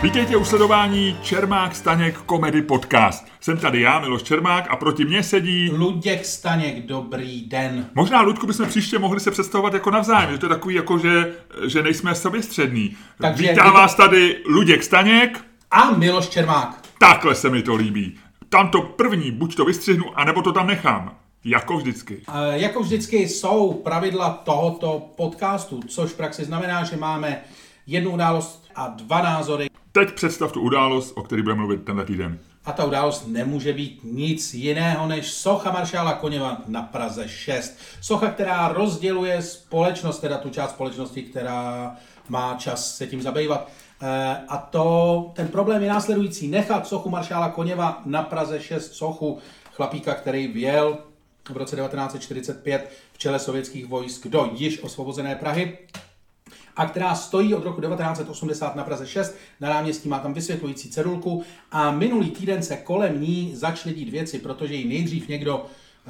Vítejte u sledování Čermák Staněk Comedy Podcast. Jsem tady já, Miloš Čermák, a proti mně sedí Luděk Staněk, dobrý den. Možná, Luďku, bychom příště mohli se představovat jako navzájem, že to je takový, jako že nejsme soběstřední. Vítám vás tady Luděk Staněk a Miloš Čermák. Takhle se mi to líbí. Tam to první, buď to vystřihnu, anebo to tam nechám. Jako vždycky. Jako vždycky jsou pravidla tohoto podcastu, což v praxi znamená, že máme jednu událost a dva názory. Teď představ tu událost, o které budeme mluvit tenhle týden. A ta událost nemůže být nic jiného než socha maršála Koněva na Praze 6. Socha, která rozděluje společnost, teda tu část společnosti, která má čas se tím zabývat. A ten problém je následující. Nechat sochu maršála Koněva na Praze 6, sochu chlapíka, který vyjel v roce 1945 v čele sovětských vojsk do již osvobozené Prahy, a která stojí od roku 1980 na Praze 6, na náměstí má tam vysvětlující cedulku a minulý týden se kolem ní začaly dít věci, protože ji nejdřív někdo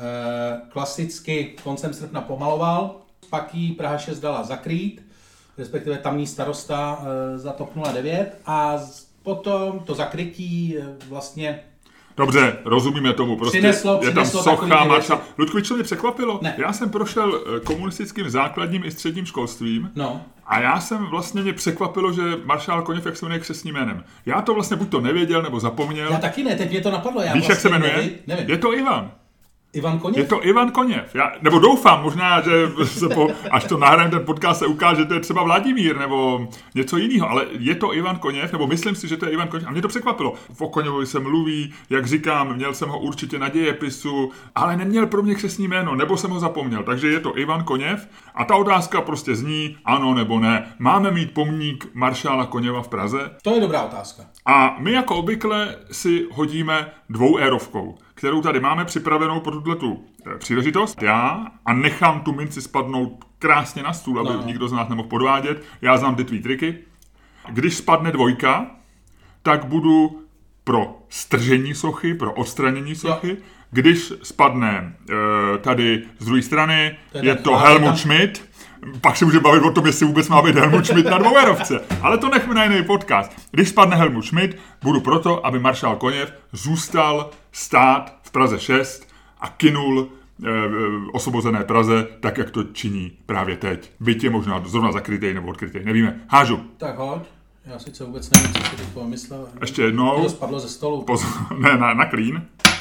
klasicky koncem srpna pomaloval, pak ji Praha 6 dala zakrýt, respektive tamní starosta za TOP 09 a potom to zakrytí vlastně... Dobře, rozumíme tomu. Prostě přineslo je tam socha maršála. Ludku, co mě překvapilo? Ne. Já jsem prošel komunistickým základním i středním školstvím. No. A já jsem vlastně mě překvapilo, že maršál Koněv, jak se jmenuje křestním jménem. Já to vlastně buď to nevěděl, nebo zapomněl. Já taky ne, teď mě to napadlo. Já Víš, vlastně jak se jmenuje? Nevím. Je to Ivan. Ivan Koněv? Je to Ivan Koněv. Nebo doufám, možná, že až to nahrajeme ten podcast se ukáže, že to je třeba Vladimír nebo něco jiného, ale je to Ivan Koněv, nebo myslím si, že to je Ivan Koněv. A mě to překvapilo. O Koněvovi se mluví, jak říkám, měl jsem ho určitě na dějepisu, ale neměl pro mě křestní jméno, nebo jsem ho zapomněl. Takže je to Ivan Koněv a ta otázka prostě zní ano nebo ne. Máme mít pomník maršála Koněva v Praze? To je dobrá otázka. A my jako obvykle si hodíme dvouérovkou, kterou tady máme připravenou pro tuto příležitost. Já a nechám tu minci spadnout krásně na stůl, aby nikdo z nás nemohl podvádět. Já znám ty tvý triky. Když spadne dvojka, tak budu pro stržení sochy, pro odstranění sochy. Jo. Když spadne tady z druhé strany, je to Helmut Schmidt. Pak se může bavit o tom, jestli vůbec má být Helmut Schmidt na dvouérovce. Ale to nechme na jiný podcast. Když spadne Helmut Schmidt, budu proto, aby maršál Koněv zůstal stát v Praze 6 a kynul osvobozené Praze, tak jak to činí právě teď. Byť je možná zrovna zakrytej nebo odkrytej, nevíme. Hážu. Tak hoď. Já sice vůbec nevím, co si teď pomyslel. Ještě jednou. To spadlo ze stolu. Ne, na klín.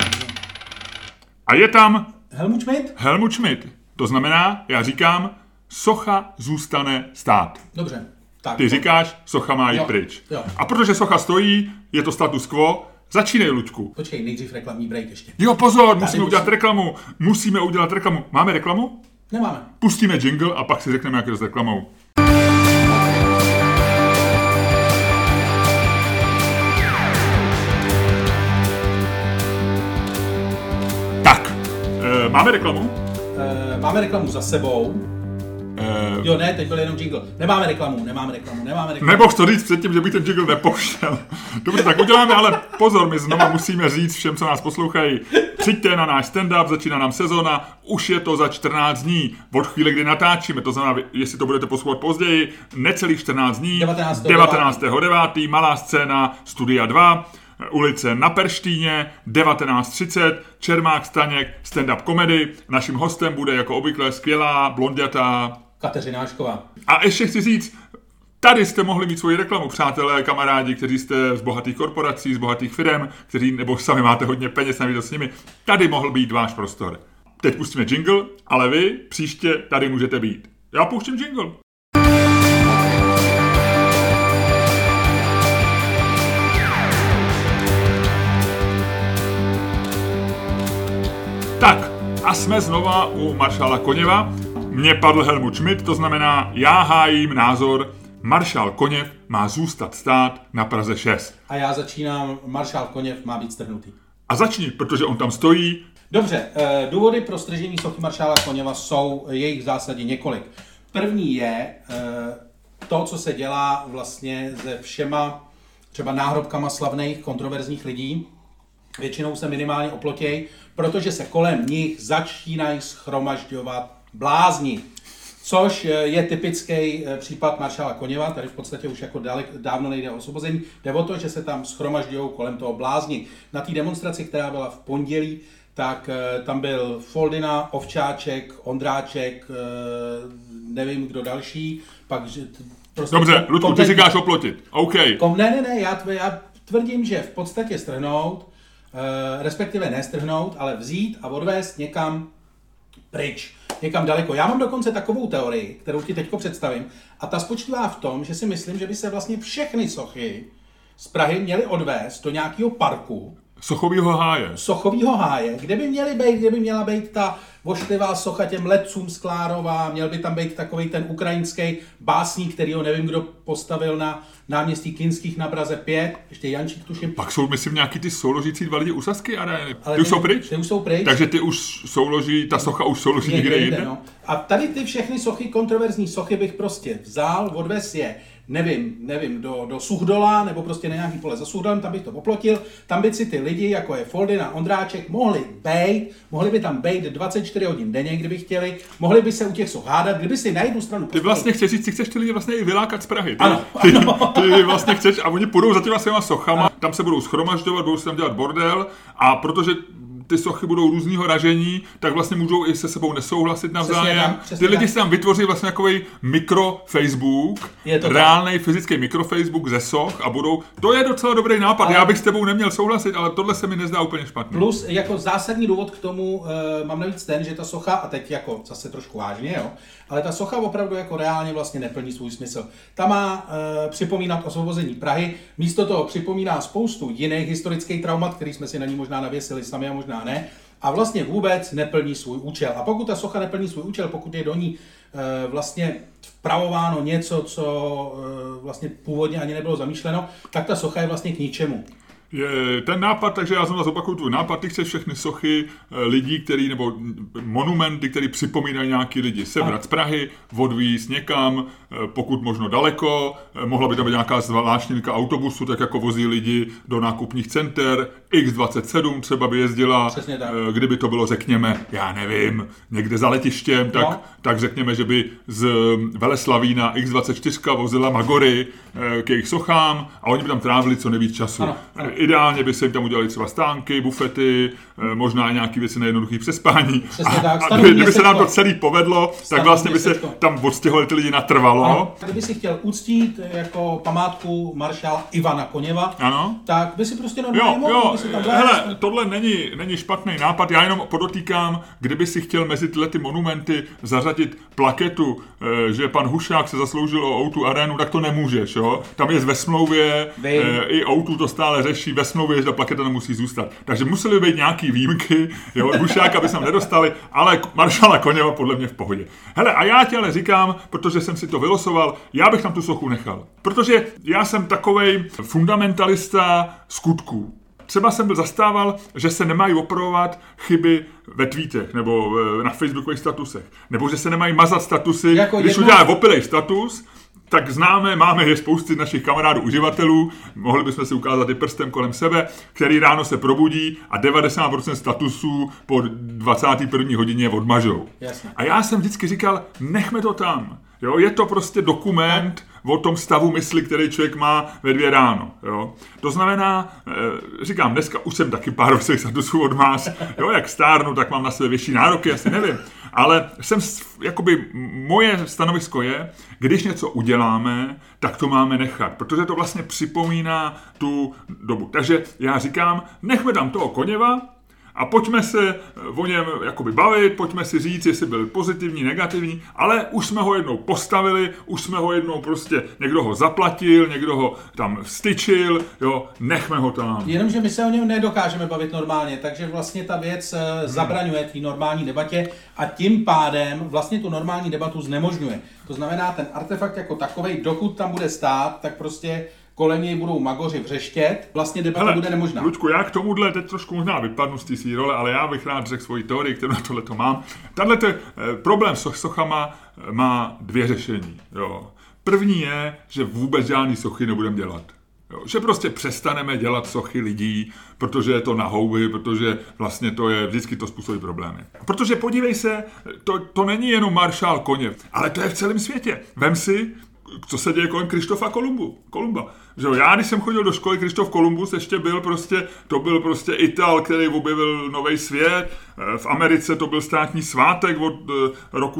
A je tam Helmut Schmidt? Helmut Schmidt. To znamená, já říkám, socha zůstane stát. Dobře. Tak, ty říkáš, socha má jít pryč. Jo. A protože socha stojí, je to status quo, začínej, Luďku. Počkej, nejdřív reklamní break ještě. Jo, pozor, musíme udělat reklamu. Musíme udělat reklamu. Máme reklamu? Nemáme. Pustíme jingle a pak si řekneme, jak je to s reklamou. Tak, máme reklamu? Máme reklamu za sebou. Jo, ne, teď byl jenom jingle. Nemáme reklamu. Nebo chci říct předtím, že bych ten jingle nepouštěl. Dobře, tak uděláme, ale pozor, my znovu musíme říct všem, co nás poslouchají. Přijďte na náš stand-up, začíná nám sezona, už je to za 14 dní, od chvíle, kdy natáčíme, to znamená, jestli to budete poslouchat později, necelých 14 dní, 19.9. malá scéna, Studia 2, ulice Na Perštíně, 19:30, Čermák Staněk, stand-up comedy. Naším hostem bude jako obvykle skvělá, blondětá Kateřina Hašková. A ještě chci říct, tady jste mohli mít svoji reklamu, přátelé, kamarádi, kteří jste z bohatých korporací, z bohatých firm, kteří nebo sami máte hodně peněz, nevíte s nimi. Tady mohl být váš prostor. Teď pustíme jingle, ale vy příště tady můžete být. Já pouštím jingle. Tak, a jsme znova u maršála Koněva. Mně padl Helmut Schmidt, to znamená, já hájím názor, maršál Koněv má zůstat stát na Praze 6. A já začínám, maršál Koněv má být strhnutý. A začni, protože on tam stojí. Dobře, důvody pro stržení sochy maršála Koněva jsou jejich v zásadě několik. První je to, co se dělá vlastně se všema třeba náhrobkama slavných kontroverzních lidí. Většinou se minimálně oplotějí, protože se kolem nich začínají shromažďovat blázni. Což je typický případ maršála Koněva, tady v podstatě už jako dávno nejde o osvobození. Jde o to, že se tam shromažďují kolem toho blázni. Na té demonstraci, která byla v pondělí, tak tam byl Foldina, Ovčáček, Ondráček, nevím kdo další, pak... Prostě dobře, Ludku, ty říkáš oplotit. OK. Ne, já tvrdím, že v podstatě strhnout, respektive nestrhnout, ale vzít a odvést někam pryč, někam daleko. Já mám dokonce takovou teorii, kterou ti teďko představím, a ta spočívá v tom, že si myslím, že by se vlastně všechny sochy z Prahy měly odvést do nějakého parku. Sochovýho háje, kde by měla být ta vošklivá socha těm letcům z Klárova, měl by tam být takovej ten ukrajinský básník, kterýho nevím, kdo postavil na náměstí Kinských na Praze 5, ještě Jančík tuším. Pak jsou, myslím, nějaký ty souložící dva lidi u Sasky arény. Ty už jsou pryč? Ty už jsou pryč. Takže ty už souloží, ta socha už souloží někde jinde? No. A tady ty všechny sochy, kontroverzní sochy bych prostě vzal, odvez je, nevím, do Suchdola, nebo prostě na nějaký pole za Suchdolem, tam bych to oplotil, tam by si ty lidi, jako je Foldina, Ondráček, mohli by tam bejt 24 hodin denně, kdyby chtěli, mohli by se u těch soch hádat, kdyby si na jednu stranu postavili. Ty vlastně chceš ty lidi vlastně i vylákat z Prahy. Ano. Ty vlastně chceš, a oni půjdou za těma svýma sochama, tam se budou shromažďovat, budou si tam dělat bordel, a protože ty sochy budou různýho ražení, tak vlastně můžou i se sebou nesouhlasit navzájem. Ty lidi si tam vytvoří vlastně takový mikro-Facebook, reálnej fyzický mikro-Facebook ze soch a budou, to je docela dobrý nápad, já bych s tebou neměl souhlasit, ale tohle se mi nezdá úplně špatný. Plus jako zásadní důvod k tomu mám navíc ten, že ta socha, a teď jako zase trošku vážně, jo, ale ta socha opravdu jako reálně vlastně neplní svůj smysl. Ta má připomínat osvobození Prahy, místo toho připomíná spoustu jiných historických traumat, který jsme si na ní možná navěsili sami a možná ne, a vlastně vůbec neplní svůj účel. A pokud ta socha neplní svůj účel, pokud je do ní vlastně vpravováno něco, co vlastně původně ani nebylo zamýšleno, tak ta socha je vlastně k ničemu. Je ten nápad, takže já znovu zopakuju tvůj nápad, ty chceš všechny sochy lidí, nebo monumenty, které připomínají nějaký lidi, sebrat z Prahy, odvízt někam, pokud možno daleko, mohla by tam být nějaká zvláštninka autobusu, tak jako vozí lidi do nákupních center, X27 třeba by jezdila, kdyby to bylo, řekněme, já nevím, někde za letištěm, tak řekněme, že by z Veleslavína X24 vozila Magory k jejich sochám a oni by tam trávili co nejvíc času. Ano. Ideálně by se jim tam udělali třeba stánky, bufety, možná nějaké věci na jednoduché přespání. A kdyby se nám to celý povedlo, tak vlastně by se tam odstěhovali ty lidi natrvalo. Ano. Kdyby si chtěl uctít jako památku maršála Ivana Koněva, tak by si prostě normálně mohl. Hele, tohle není špatný nápad, já jenom podotýkám, kdyby si chtěl mezi tyhle ty monumenty zařadit plaketu, že pan Hušák se zasloužil o O2 arénu, tak to nemůžeš, jo? Tam je ve smlouvě, i O2 to stále řeší, ve smlouvě, že ta plaketa nemusí zůstat. Takže musely být nějaký výjimky, jo, Hušáka by se tam nedostali, ale maršála Koněva podle mě v pohodě. Hele, a já ti ale říkám, protože jsem si to vylosoval, já bych tam tu sochu nechal. Protože já jsem takovej fundamentalista skutků. Třeba jsem byl zastával, že se nemají opravovat chyby ve tweetech nebo na facebookových statusech. Nebo že se nemají mazat statusy, když udělá opilej status, tak máme je spousty našich kamarádů uživatelů, mohli bychom si ukázat i prstem kolem sebe, který ráno se probudí a 90% statusů po 21. hodině odmažou. Jasně. A já jsem vždycky říkal, nechme to tam. Jo, je to prostě dokument o tom stavu mysli, který člověk má ve 2 ráno. Jo. To znamená, říkám, dneska už jsem taky pár svých statusů odmáz. Jo, jak stárnu, tak mám na sebe větší nároky, asi nevím. Ale moje stanovisko je, když něco uděláme, tak to máme nechat, protože to vlastně připomíná tu dobu. Takže já říkám, nechme tam toho Koněva, a pojďme se o něm jakoby bavit, pojďme si říct, jestli byl pozitivní, negativní, ale už jsme ho jednou postavili, už jsme ho jednou prostě, někdo ho zaplatil, někdo ho tam vstyčil, jo, nechme ho tam. Jenomže my se o něm nedokážeme bavit normálně, takže vlastně ta věc zabraňuje té normální debatě a tím pádem vlastně tu normální debatu znemožňuje. To znamená, ten artefakt jako takovej, dokud tam bude stát, tak prostě kolem něj budou magoři vřeštět, vlastně debata bude nemožná. Luďku, já k tomuhle teď trošku možná vypadnu z té svý role, ale já bych rád řekl svoji teorii, kterou na tohleto mám. Tenhle problém s sochama má 2 řešení. Jo. První je, že vůbec žádný sochy nebudeme dělat. Jo, že prostě přestaneme dělat sochy lidí, protože je to na houby, protože vlastně to je, vždycky to způsobí problémy. Protože podívej se, to není jenom maršál Koněv, ale to je v celém světě. Vem si, co se děje kolem Krištofa Kolumba. Že jo, já, když jsem chodil do školy, Krištof Kolumbus ještě byl prostě Ital, který objevil nový svět. V Americe to byl státní svátek od roku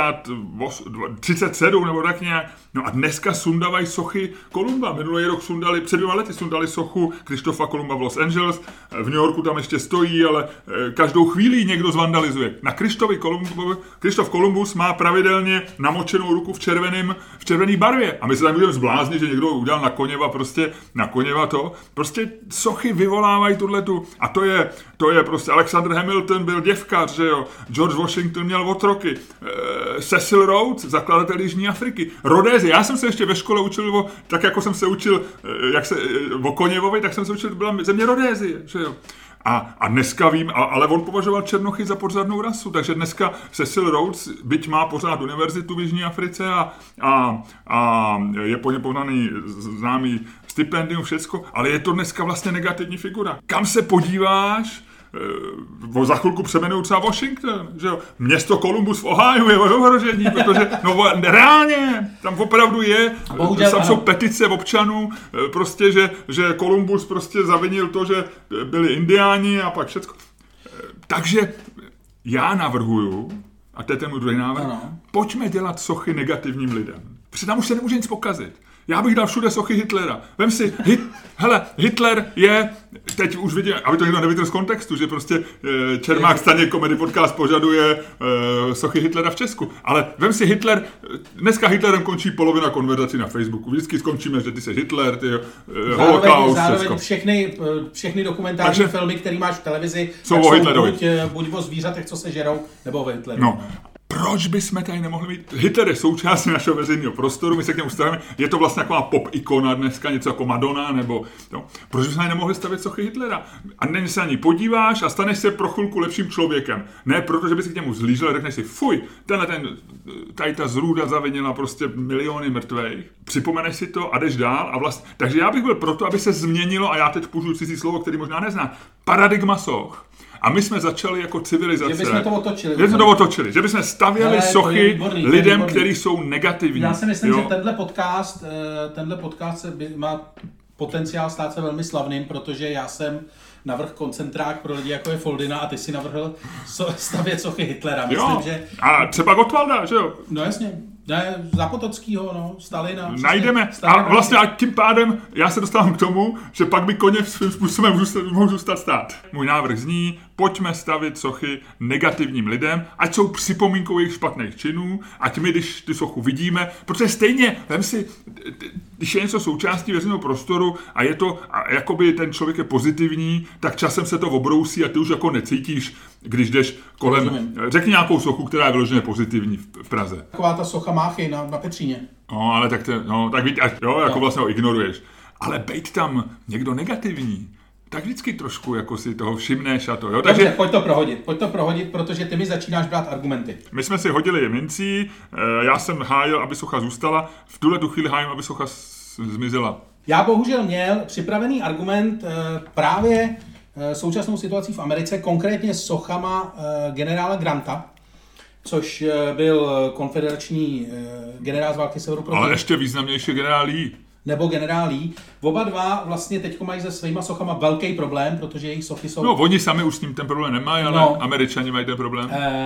37 nebo tak nějak. No a dneska sundavají sochy Kolumba. Minulý rok před 2 lety sundali sochu Krištofa Kolumba v Los Angeles. V New Yorku tam ještě stojí, ale každou chvíli někdo zvandalizuje. Na Krištof Kolumbus má pravidelně namočenou ruku v červené barvě. A my se tam můžeme zbláznit, že někdo udělal na Koněva to. Prostě sochy vyvolávají tuhletu. A to je prostě Alexander Hamilton byl děvkař, že jo. George Washington měl otroky. Cecil Rhodes, zakladatel Jižní Afriky. Rodézy. Já jsem se ještě ve škole učil, tak jako jsem se učil o Koněvovi, tak jsem se učil, byla země Rodézy, že jo. A dneska vím, ale on považoval černochy za podřadnou rasu, takže dneska Cecil Rhodes, byť má pořád univerzitu v Jižní Africe a je po ně poznaný známý stipendium, všecko, ale je to dneska vlastně negativní figura. Kam se podíváš, za chvilku přeměnou třeba Washington, že jo? Město Columbus v Ohiu je ohrožení, protože reálně, tam opravdu je, tam jsou petice občanů, prostě, že Columbus prostě zavinil to, že byli indiáni a pak všecko. Takže já navrhuju, a to je ten můj druhý návrh, pojďme dělat sochy negativním lidem. Protože tam už se nemůže nic pokazit. Já bych dal všude sochy Hitlera. Vem si, Hitler je, teď už vidím, aby to někdo nevytrhl z kontextu, že prostě Čermák Staněk Comedy Podcast požaduje sochy Hitlera v Česku. Ale vem si dneska Hitlerem končí polovina konverzací na Facebooku. Vždycky skončíme, že ty jsi Hitler, ty holokaust. Zároveň všechny dokumentární filmy, které máš v televizi, jsou o Hitlerovi. Buď o zvířatech, co se žerou, nebo o Hitlerovi. No. Proč bychom tady nemohli mít? Hitler je součástí našeho veřejného prostoru, my se k němu stavíme. Je to vlastně taková pop ikona dneska, něco jako Madonna, nebo no. Proč bychom nemohli stavět sochy Hitlera? A ne se na ní podíváš a staneš se pro chvilku lepším člověkem. Ne protože by si k němu zlížel a řekneš si, fuj, tady ta zrůda zavinila prostě miliony mrtvých. Připomeneš si to a jdeš dál. Takže já bych byl proto, aby se změnilo, a já teď použiju cizí slovo, který možná nezná, paradigma soch. A my jsme začali jako civilizace. Že bychom to otočili. Že bychom stavěli sochy lidem, kteří jsou negativní. Já si myslím, že tenhle podcast má potenciál stát se velmi slavným, protože já jsem navrhl koncentrák pro lidi, jako je Foldina, a ty si navrhl stavět sochy Hitlera. Myslím, že... A třeba Gottwalda, že jo? No jasně. Ne, Zapotockýho, Stalina. Najdeme. A vlastně a tím pádem já se dostávám k tomu, že pak by Koněv svým způsobem mohl zůstat stát. Můj návrh zní, pojďme stavit sochy negativním lidem, ať jsou připomínkou jejich špatných činů, ať my, když ty sochu vidíme, protože stejně, vem si, když je něco součástí veřejného prostoru a je to, a jakoby ten člověk je pozitivní, tak časem se to obrousí a ty už jako necítíš, když jdeš kolem, řekni nějakou sochu, která je vyloženě pozitivní v Praze. Taková ta socha Máchy na Petříně. No, ale tak vidíš, jako vlastně ho ignoruješ. Ale bejt tam někdo negativní, tak vždycky trošku jako si toho všimneš a to, jo. Takže pojď to prohodit, protože ty mi začínáš brát argumenty. My jsme si hodili mincí, já jsem hájil, aby socha zůstala, v tuhle chvíli hájím, aby socha zmizela. Já bohužel měl připravený argument právě současnou situací v Americe, konkrétně s sochama generála Granta, což byl konfederační generál z války severu proti. Ale ještě významnější generál Lee. Nebo generál Lee. Oba dva vlastně teďko mají se svýma sochama velký problém, protože jejich sochy jsou... No, oni sami už s tím ten problém nemají, ale Američani mají ten problém.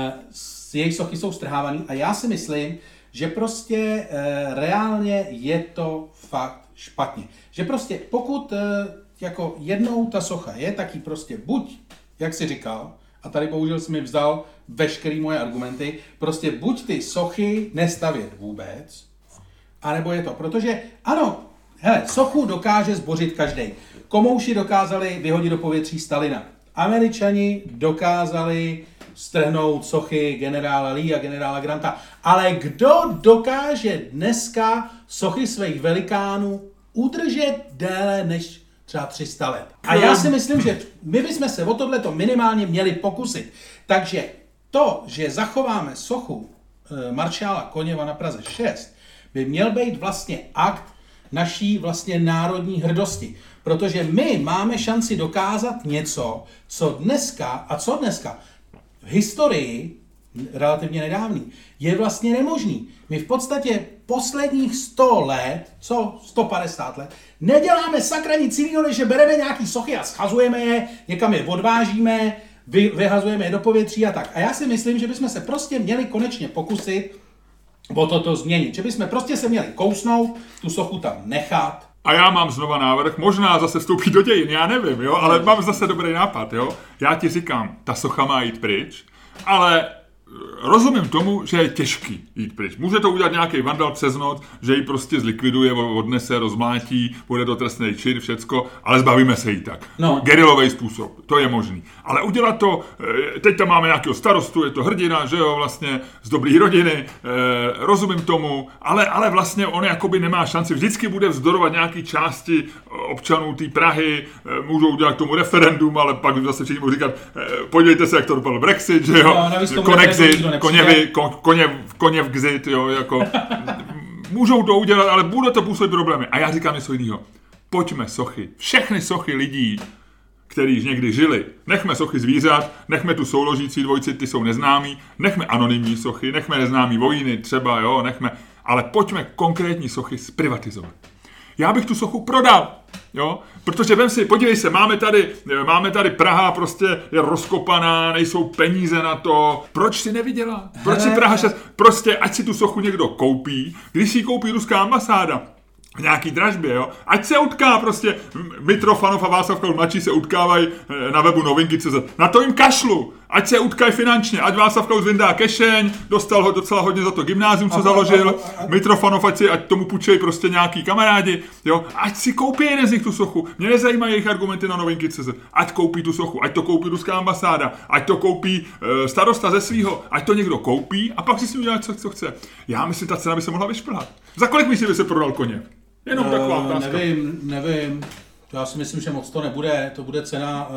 Jejich sochy jsou strhávaný a já si myslím, že prostě reálně je to fakt špatně. Že prostě pokud jako jednou ta socha je, tak ji prostě buď, jak jsi říkal, a tady bohužel jsi mi vzal veškerý moje argumenty, prostě buď ty sochy nestavět vůbec, anebo je to, protože ano, sochu dokáže zbořit každej. Komouši dokázali vyhodit do povětří Stalina. Američani dokázali strhnout sochy generála Lee a generála Granta. Ale kdo dokáže dneska sochy svých velikánů udržet déle než třeba 300 let? A já si myslím, že my bychom se o tohleto minimálně měli pokusit. Takže to, že zachováme sochu maršála Koněva na Praze 6, by měl být vlastně akt naší vlastně národní hrdosti. Protože my máme šanci dokázat něco, co dneska, v historii, relativně nedávný, je vlastně nemožný. My v podstatě posledních 100 let, 150 let, neděláme sakra nic jiného, než že bereme nějaký sochy a schazujeme je, někam je odvážíme, vyhazujeme je do povětří a tak. A já si myslím, že bychom se prostě měli konečně pokusit o toto změnit. Že bychom prostě se měli kousnout, tu sochu tam nechat. A já mám znova návrh, možná zase vstoupí do dějin, já nevím, jo, ale mám zase dobrý nápad, jo. Já ti říkám, ta socha má jít pryč, ale rozumím tomu, že je těžký jít pryč. Může to udělat nějaký vandal přes noc, že ji prostě zlikviduje, odnese, rozmlátí, bude do trestnej čin, všecko, ale zbavíme se jí tak. No. Gerilový způsob, to je možný. Ale udělat to, teď tam máme nějakého starostu, je to hrdina, že jo, vlastně z dobrý rodiny, rozumím tomu, ale vlastně on jakoby nemá šanci, vždycky bude vzdorovat nějaký části občanů té Prahy, můžou udělat k tomu referendum, ale pak zase všichni budou říkat, podívejte se, jak to dopadl Brexit, že jo, koně v Gzit, jo, jako můžou to udělat, ale bude to působit problémy. A já říkám něco jiného. Pojďme sochy, všechny sochy lidí, kteří někdy žili, nechme sochy zvířat, nechme tu souložící dvojici, ty jsou neznámí, nechme anonymní sochy, nechme neznámý vojíny třeba, jo, ale pojďme konkrétní sochy zprivatizovat. Já bych tu sochu prodal, jo, protože vem si, podívej se, máme tady Praha, prostě je rozkopaná, nejsou peníze na to, proč si nevydělá? Proč si Praha prostě ať si tu sochu někdo koupí, když si ji koupí ruská ambasáda, v nějaký dražbě, jo, ať se utká prostě, Mitrofanov a Václav Klaus mladší se utkávají na webu novinky.cz, na to jim kašlu, ať se utkají finančně, ať Václav Klaus vyndá kešeň, dostal ho docela hodně za to gymnázium, co založil, Mitrofanov, ať tomu půjčejí prostě nějaký kamarádi, jo, ať si koupí jeden z nich tu sochu, mě nezajímají jejich argumenty na novinky.cz, ať koupí tu sochu, ať to koupí ruská ambasáda, ať to koupí starosta ze svýho, ať to někdo koupí a pak si s ním udělá, co chce. Já myslím, ta cena by se mohla vyšplhat. Za kolik myslíš, by se prodal koně? Jenom taková otázka. Nevím. Já si myslím, že moc to nebude. To bude cena...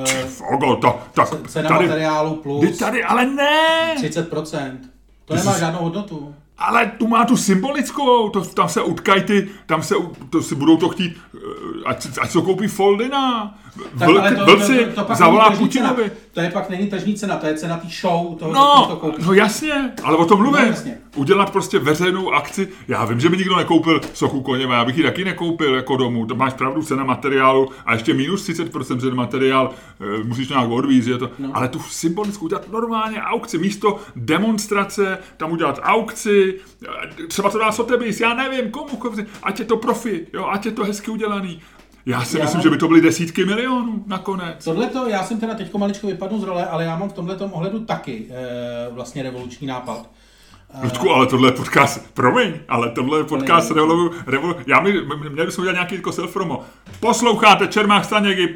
cena materiálu plus... Tady, ale ne! 30%. To nemá žádnou hodnotu. Ale tu má tu symbolickou, tam se utkají to si budou to chtít, ať se koupí Foldina, vlci, zavolá Putinovi. To je pak není tržní cena, to je cena té show. No jasně, ale o tom mluvím. Udělat prostě veřejnou akci, já vím, že by nikdo nekoupil sochu Koněva, já bych ji taky nekoupil jako domů, to máš pravdu, cena materiálu a ještě minus 30%, že materiál musíš nějak odvízt, je to, ale tu symbolickou udělat normálně aukci, místo demonstrace, tam udělat aukci, třeba to dá Sotheby's, já nevím, komu, ať je to profi, jo, ať je to hezky udělaný. Já si myslím, že by to byly desítky milionů nakonec. Tohleto, já jsem teda teďko maličko vypadnu z role, ale já mám v tomhletom ohledu taky vlastně revoluční nápad. Ludku, ale tohle je podcast, promiň, ale tohle je podcast měli bychom udělat nějaký jako self-promo. Posloucháte Čermák Staněk,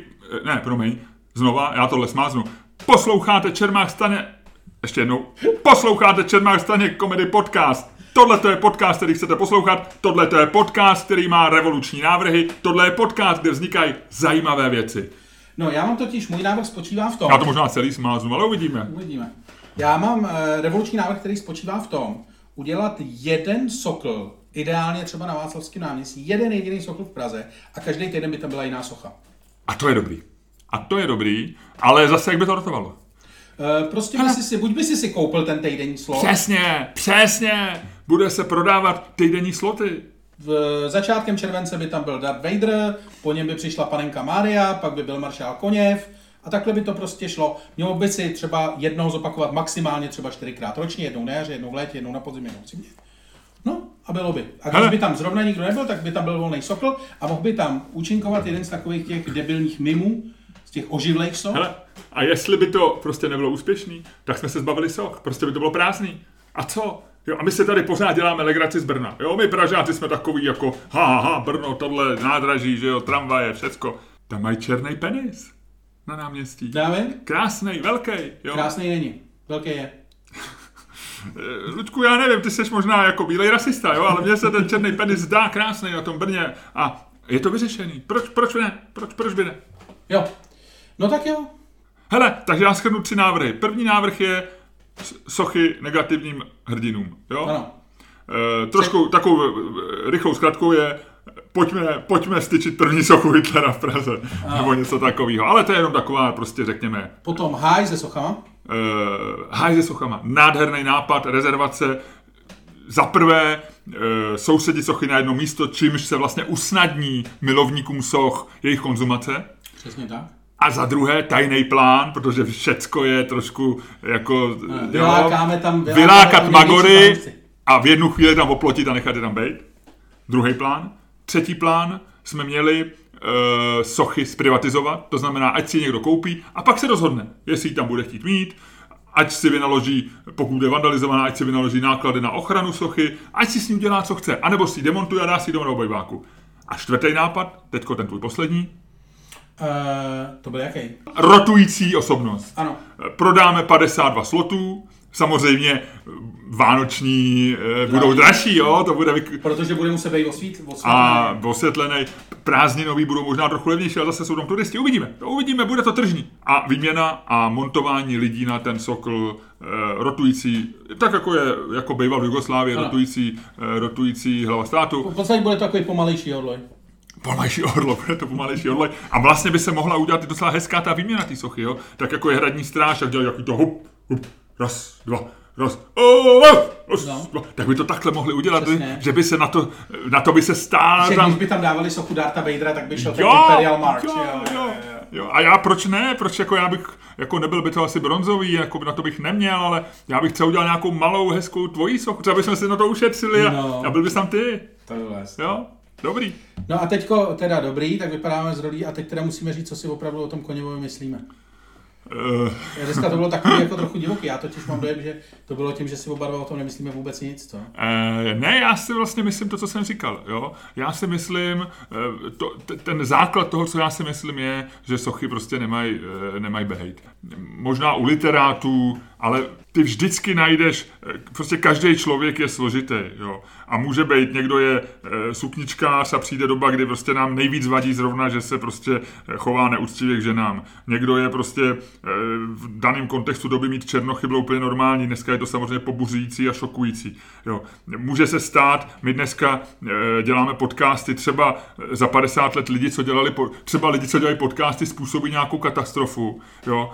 znova, já tohle smáznu. Posloucháte Čermák Staněk, ještě jednou, posloucháte Čermák Staněk Comedy Podcast. Tohle to je podcast, který chcete poslouchat, tohle to je podcast, který má revoluční návrhy, tohle je podcast, kde vznikají zajímavé věci. No, já mám totiž, můj návrh spočívá v tom... Já to možná celý smáznu, ale uvidíme. Já mám revoluční návrh, který spočívá v tom, udělat jeden sokl, ideálně třeba na Václavském náměstí, jeden jediný sokl v Praze a každý týden by tam byla jiná socha. A to je dobrý, ale zase jak by to rotovalo? Prostě buď by si koupil ten týdenní slot. Přesně. Bude se prodávat týdenní sloty. V začátkem července by tam byl Darth Vader, po něm by přišla panenka Mária, pak by byl maršál Koněv a takhle by to prostě šlo. Mělo by si třeba jednou zopakovat maximálně třeba 4krát ročně, jednou na jaře, jednou v létě, jednou na podzim, jednou v zimě. No a bylo by. A když by tam zrovna nikdo nebyl, tak by tam byl volný sokl a mohl by tam účinkovat jeden z takových těch debilních mimů, z těch oživlých soch. Hele, a jestli by to prostě nebylo úspěšný, tak jsme se zbavili soch, prostě by to bylo prázdný. A co? Jo, a my se tady pořád děláme legraci z Brna. Jo, my Pražáci jsme takový jako Brno, tohle nádraží, že jo, tramvaje, všecko. Tam mají černý penis na náměstí. Dáme? Krásnej, velký, jo. Krásnej není, velký je. Luďku, já nevím, ty jsi možná jako bílej rasista, jo, ale mně se ten černý penis zdá krásný na tom Brně a je to vyřešený. Proč ne? Proč by ne? Jo, no tak jo. Hele, takže já shrnu 3 návrhy. První návrh je sochy negativním hrdinům, jo? Ano. Trošku takovou rychlou zkratkou je pojďme styčit první sochu Hitlera v Praze, nebo něco takového. Ale to je jenom taková, prostě řekněme... Potom háj se sochama. Háj se sochama. Nádherný nápad, rezervace. Za prvé sousedit sochy na jedno místo, čímž se vlastně usnadní milovníkům soch jejich konzumace. Přesně tak. A za druhé tajný plán, protože všecko je trošku jako... Vylákat magory a v jednu chvíli tam oplotit a nechat je tam bejt. Druhý plán. Třetí plán jsme měli sochy zprivatizovat, to znamená, ať si někdo koupí a pak se rozhodne, jestli ji tam bude chtít mít, ať si vynaloží, pokud je vandalizovaná, ať si vynaloží náklady na ochranu sochy, ať si s ním dělá, co chce, anebo si ji demontuje a dá si ji doma do obejváku. A čtvrtý nápad, teďko ten tvůj poslední. To byl jaký? Rotující osobnost. Ano. Prodáme 52 slotů, samozřejmě vánoční budou dražší, jo, to bude... Protože bude muset být osvětlený. Prázdninový budou možná trochu levnější, ale zase jsou tam turisti. Uvidíme, bude to tržní. A výměna a montování lidí na ten sokl rotující, tak jako býval v Jugoslávii, rotující hlava státu. V podstatě bude to takový pomalejší orloj. Bude to pomalejší orloj. A vlastně by se mohla udělat i docela hezká ta výměna té sochy, jo. Tak jako je hradní stráž, tak dělají jaký to hup, raz, dva, tak by to takhle mohli udělat, že by se na to by se stál tam... Když by tam dávali sochu Darta Vadera, tak by šel ten Imperial March. Jo. A já proč ne? Proč jako já bych, jako nebyl by to asi bronzový, jako na to bych neměl, ale já bych třeba udělal nějakou malou, hezkou tvojí sochu, třeba bychom si na to ušetřili a byl bys tam ty. To bylo hezké. Jo, dobrý. No a teďko teda dobrý, tak vypadáme z rolí a teď teda musíme říct, co si opravdu o tom Koněvovi myslíme. Dneska to bylo takový jako trochu divoký, já totiž mám dojem, že to bylo tím, že si oba dva o tom nemyslíme vůbec nic, co? Ne, já si vlastně myslím to, co jsem říkal, jo. Já si myslím, ten základ toho, co já si myslím je, že sochy prostě nemají bejt. Možná u literátů, ale ty vždycky najdeš, prostě každý člověk je složitý, jo. A může být, někdo je sukničkář a přijde doba, kdy prostě nám nejvíc vadí zrovna, že se prostě chová neúctivě k ženám. Někdo je prostě v daném kontextu doby mít černochy bylo úplně normální, dneska je to samozřejmě pobuřující a šokující. Jo. Může se stát, my dneska děláme podcasty, třeba za 50 let lidi, co dělali podcasty, způsobí nějakou katastrofu. Jo.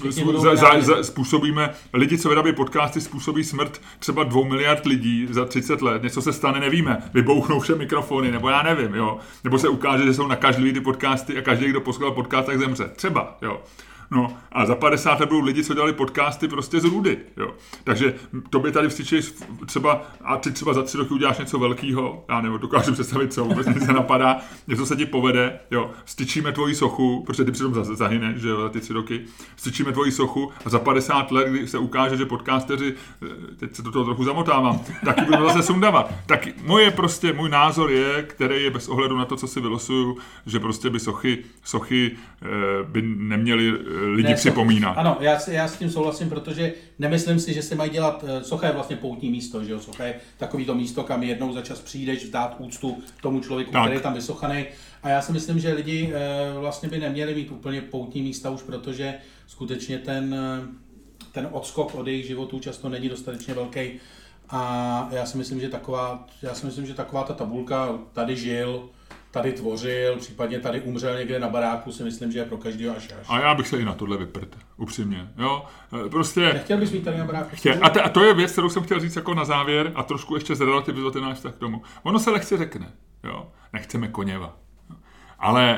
Způsobíme, lidi, co vyrábí podcasty, způsobí smrt třeba 2 miliard lidí za 30 let. Něco se stane, nevíme. Vybouchnou vše mikrofony, nebo já nevím, jo. Nebo se ukáže, že jsou nakažlivý ty podcasty a každý, kdo poslouchal podcast, tak zemře. Třeba, jo. No a za 50 let budou lidi, co dělali podcasty prostě z rudy, jo. Takže to by tady vstyčili třeba, a ty třeba za 3 roky uděláš něco velkého, já nebo dokážu představit, co vůbec nic nenapadá, něco se ti povede, jo, styčíme tvoji sochu, protože ty přitom zahyneš, že jo, za ty 3 roky, styčíme tvoji sochu a za 50 let, kdy se ukáže, že podcasteři, teď se do toho trochu zamotávám, taky budou zase sundávat. Tak můj názor je, který je bez ohledu na to, co si vylosuju, že prostě by sochy by neměly lidi připomíná. Ano, já s tím souhlasím, protože nemyslím si, že se mají dělat, socha je vlastně poutní místo, že jo, socha je takový to místo, kam jednou za čas přijdeš vzdát úctu tomu člověku, tak, který je tam vysochaný. A já si myslím, že lidi vlastně by neměli mít úplně poutní místa už, protože skutečně ten odskok od jejich životů často není dostatečně velký. A já si myslím, že taková ta tabulka tady žil, tady tvořil, případně tady umřel někde na baráku, si myslím, že je pro každého až. A já bych se i na tohle vyprt, upřímně, jo. Prostě... Nechtěl bys mít tady na baráku? A to je věc, kterou jsem chtěl říct jako na závěr a trošku ještě zrelativizovat ten náš vztah k tomu. Ono se lehce řekne, jo, nechceme Koněva. Ale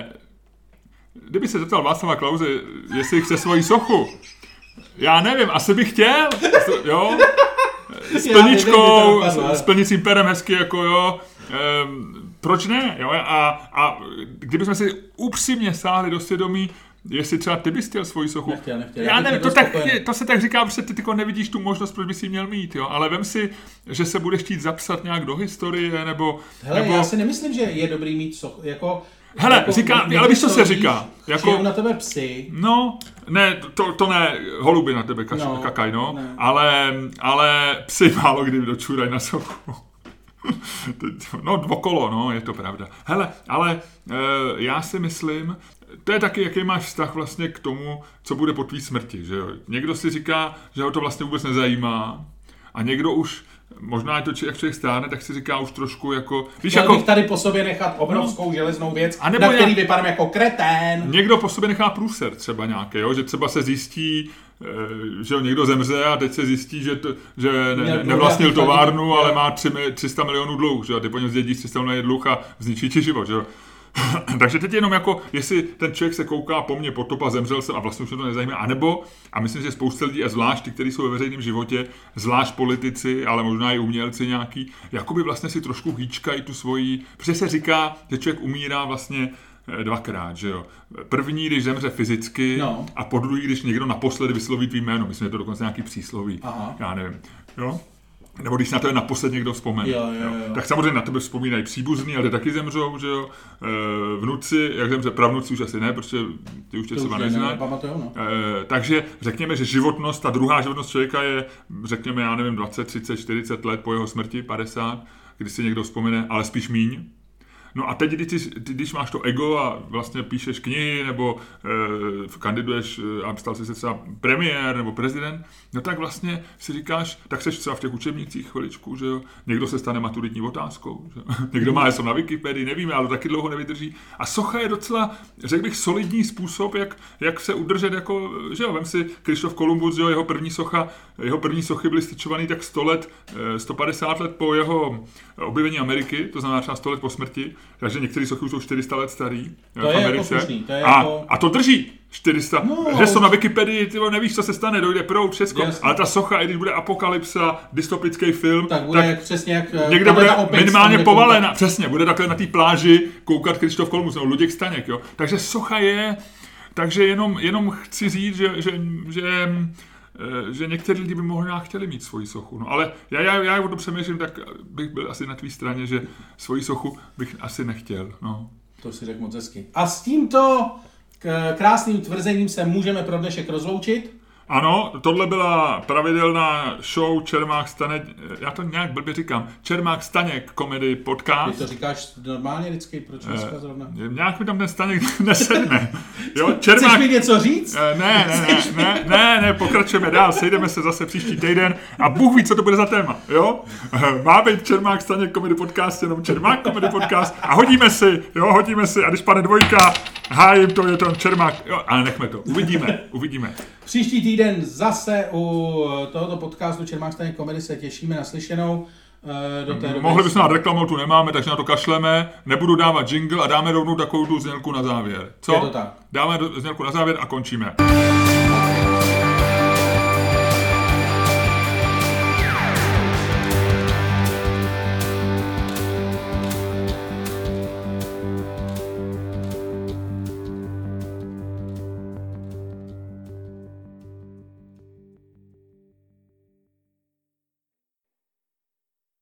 kdyby se zeptal Václava Klause, jestli chce svoji sochu, já nevím, asi bych chtěl, jo. S plničkou, s plnicím perem hezky, jako jo. Proč ne? Jo? A kdybychom si upřímně sáhli do svědomí, jestli třeba ty bys chtěl svoji sochu. Nechtěl. Já nevím, to se tak říká, protože ty nevidíš tu možnost, proč bys ji měl mít. Jo? Ale vem si, že se budeš chtít zapsat nějak do historie, nebo... Já si nemyslím, že je dobrý mít sochu, hele, ale víš, co se říká? Žijou na tebe psy. No, ne, to ne, holuby na tebe kakaj, no. Ale psy málo kdy dočůrají na sochu. No, dvokolo, no, je to pravda. Hele, ale já si myslím, to je taky, jaký máš vztah vlastně k tomu, co bude po tvý smrti, že jo. Někdo si říká, že ho to vlastně vůbec nezajímá a někdo už možná je to, jak člověk stárne, tak si říká už trošku jako... Víš, Chtěl jako... bych tady po sobě nechat obrovskou železnou věc, na který vypadám jako kretén. Někdo po sobě nechá průser třeba nějaký, jo? Že třeba se zjistí, že někdo zemře a teď se zjistí, že nevlastnil továrnu, ale má 300 milionů dluh, že? A ty po něm zdědíš 300 milionů dluh a zničí ti život, že? Takže teď jenom jako, jestli ten člověk se kouká po mně potop a zemřel jsem a vlastně už mě to nezajímá, anebo, a myslím, že spousta lidí, a zvlášť ty, kteří jsou ve veřejném životě, zvlášť politici, ale možná i umělci nějaký, jakoby vlastně si trošku hýčkají tu svoji, protože se říká, že člověk umírá vlastně dvakrát, že jo. První, když zemře fyzicky, a po druhý, když někdo naposledy vysloví tvý jméno, myslím, že to dokonce nějaký přísloví, já nevím, jo. Nebo když na to naposled někdo vzpomene. Jo. Tak samozřejmě na tebe vzpomínají příbuzní, ale ty taky zemřou, že jo. Vnuci, jak zemře pravnuci, už asi ne, protože ty už tě třeba neznají. Takže řekněme, že životnost, ta druhá životnost člověka je, řekněme, já nevím, 20, 30, 40 let po jeho smrti, 50, když si někdo vzpomene, ale spíš míň. No a teď, když máš to ego a vlastně píšeš knihy nebo kandiduješ a stal jsi se třeba premiér nebo prezident, no tak vlastně si říkáš, tak seš třeba v těch učebnicích chviličku, že jo, někdo se stane maturitní otázkou, že? Někdo má něco na Wikipedii, nevíme, ale taky dlouho nevydrží. A socha je docela, řekl bych, solidní způsob, jak se udržet jako, že jo, vem si Krištof Kolumbus, že jo, jeho první sochy byly styčovaný tak 100 let, 150 let po jeho objevení Ameriky, to znamená třeba 100 let po smrti. Takže některé sochy už jsou 400 let starý v Americe. A to drží 400. Že jsou na Wikipedii, ty nevíš, co se stane, dojde proud, všecko. Jasně. Ale ta socha, i když bude apokalypsa, dystopický film, tak bude přesně jak někde bude minimálně povalena. Přesně, bude takhle na té pláži koukat Krištof Kolumbus nebo Luděk Staněk. Jo? Takže socha je, takže jenom chci říct, že někteří lidi by možná chtěli mít svoji sochu. No, ale já o tom přemýšlím, tak bych byl asi na tvý straně, že svoji sochu bych asi nechtěl. No. To si řekl moc hezky. A s tímto krásným tvrzením se můžeme pro dnešek rozloučit. Ano, tohle byla pravidelná show Čermák Staněk, já to nějak blbě říkám, Čermák Staněk Comedy Podcast. Ty to říkáš normálně vždycky, proč dneska zrovna? Nějak mi tam ten Staněk nesedne. Jo, Čermák... Chceš mi něco říct? Ne, pokračujeme dál, sejdeme se zase příští týden a Bůh ví, co to bude za téma, jo? Má být Čermák Staněk Comedy Podcast, jenom Čermák Comedy Podcast a hodíme si, a když pane Dvojka, hájím to, je to Čermák, jo, ale nechme to, uvidíme. Příští týden zase u tohoto podcastu Čermák Staněk Comedy se těšíme na slyšenou. Mohli bychom dát reklamu, tu nemáme, takže na to kašleme. Nebudu dávat jingle a dáme rovnou takovou tu znělku na závěr. Co? Je to tak. Dáme znělku na závěr a končíme.